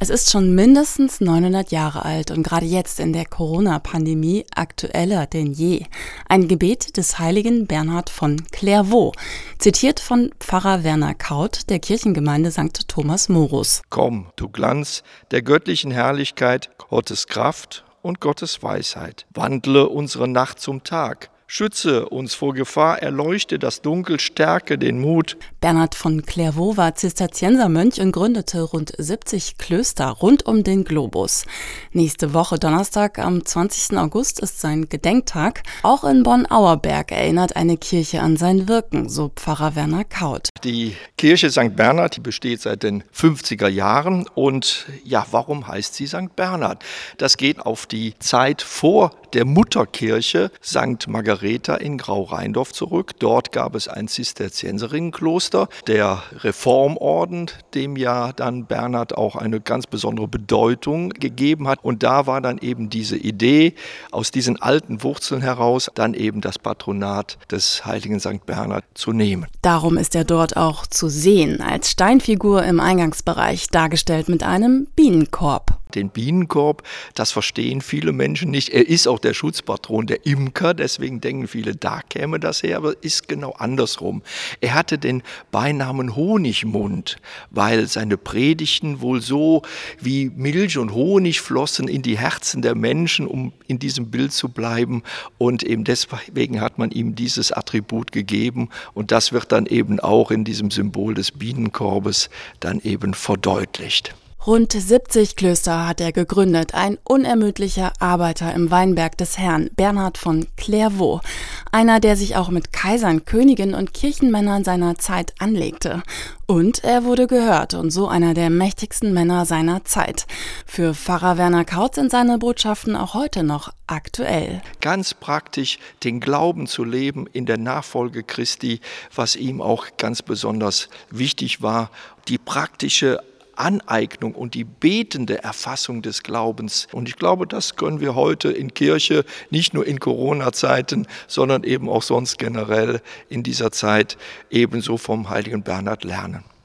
Es ist schon mindestens 900 Jahre alt und gerade jetzt in der Corona-Pandemie aktueller denn je. Ein Gebet des heiligen Bernhard von Clairvaux, zitiert von Pfarrer Werner Kaut der Kirchengemeinde St. Thomas Morus. Komm, du Glanz der göttlichen Herrlichkeit, Gottes Kraft und Gottes Weisheit. Wandle unsere Nacht zum Tag. Schütze uns vor Gefahr, erleuchte das Dunkel, stärke den Mut. Bernhard von Clairvaux war Zisterziensermönch und gründete rund 70 Klöster rund um den Globus. Nächste Woche Donnerstag am 20. August ist sein Gedenktag. Auch in Bonn-Auerberg erinnert eine Kirche an sein Wirken, so Pfarrer Werner Kaut. Die Kirche St. Bernhard, die besteht seit den 50er Jahren und ja, warum heißt sie St. Bernhard? Das geht auf die Zeit vor der Mutterkirche St. Margareta in Grau-Rheindorf zurück. Dort gab es ein Zisterzienserinnenkloster. Der Reformorden, dem ja dann Bernhard auch eine ganz besondere Bedeutung gegeben hat. Und da war dann eben diese Idee, aus diesen alten Wurzeln heraus dann eben das Patronat des heiligen St. Bernhard zu nehmen. Darum ist er dort auch zu sehen, als Steinfigur im Eingangsbereich, dargestellt mit einem Bienenkorb. Den Bienenkorb, das verstehen viele Menschen nicht. Er ist auch der Schutzpatron der Imker, deswegen denken viele, da käme das her, aber ist genau andersrum. Er hatte den Beinamen Honigmund, weil seine Predigten wohl so wie Milch und Honig flossen in die Herzen der Menschen, um in diesem Bild zu bleiben. Und eben deswegen hat man ihm dieses Attribut gegeben und das wird dann eben auch in diesem Symbol des Bienenkorbes dann eben verdeutlicht. Rund 70 Klöster hat er gegründet, ein unermüdlicher Arbeiter im Weinberg des Herrn, Bernhard von Clairvaux. Einer, der sich auch mit Kaisern, Königen und Kirchenmännern seiner Zeit anlegte. Und er wurde gehört und so einer der mächtigsten Männer seiner Zeit. Für Pfarrer Werner Kaut sind seine Botschaften auch heute noch aktuell. Ganz praktisch den Glauben zu leben in der Nachfolge Christi, was ihm auch ganz besonders wichtig war, die praktische Aneignung und die betende Erfassung des Glaubens. Und ich glaube, das können wir heute in Kirche, nicht nur in Corona-Zeiten, sondern eben auch sonst generell in dieser Zeit ebenso vom heiligen Bernhard lernen.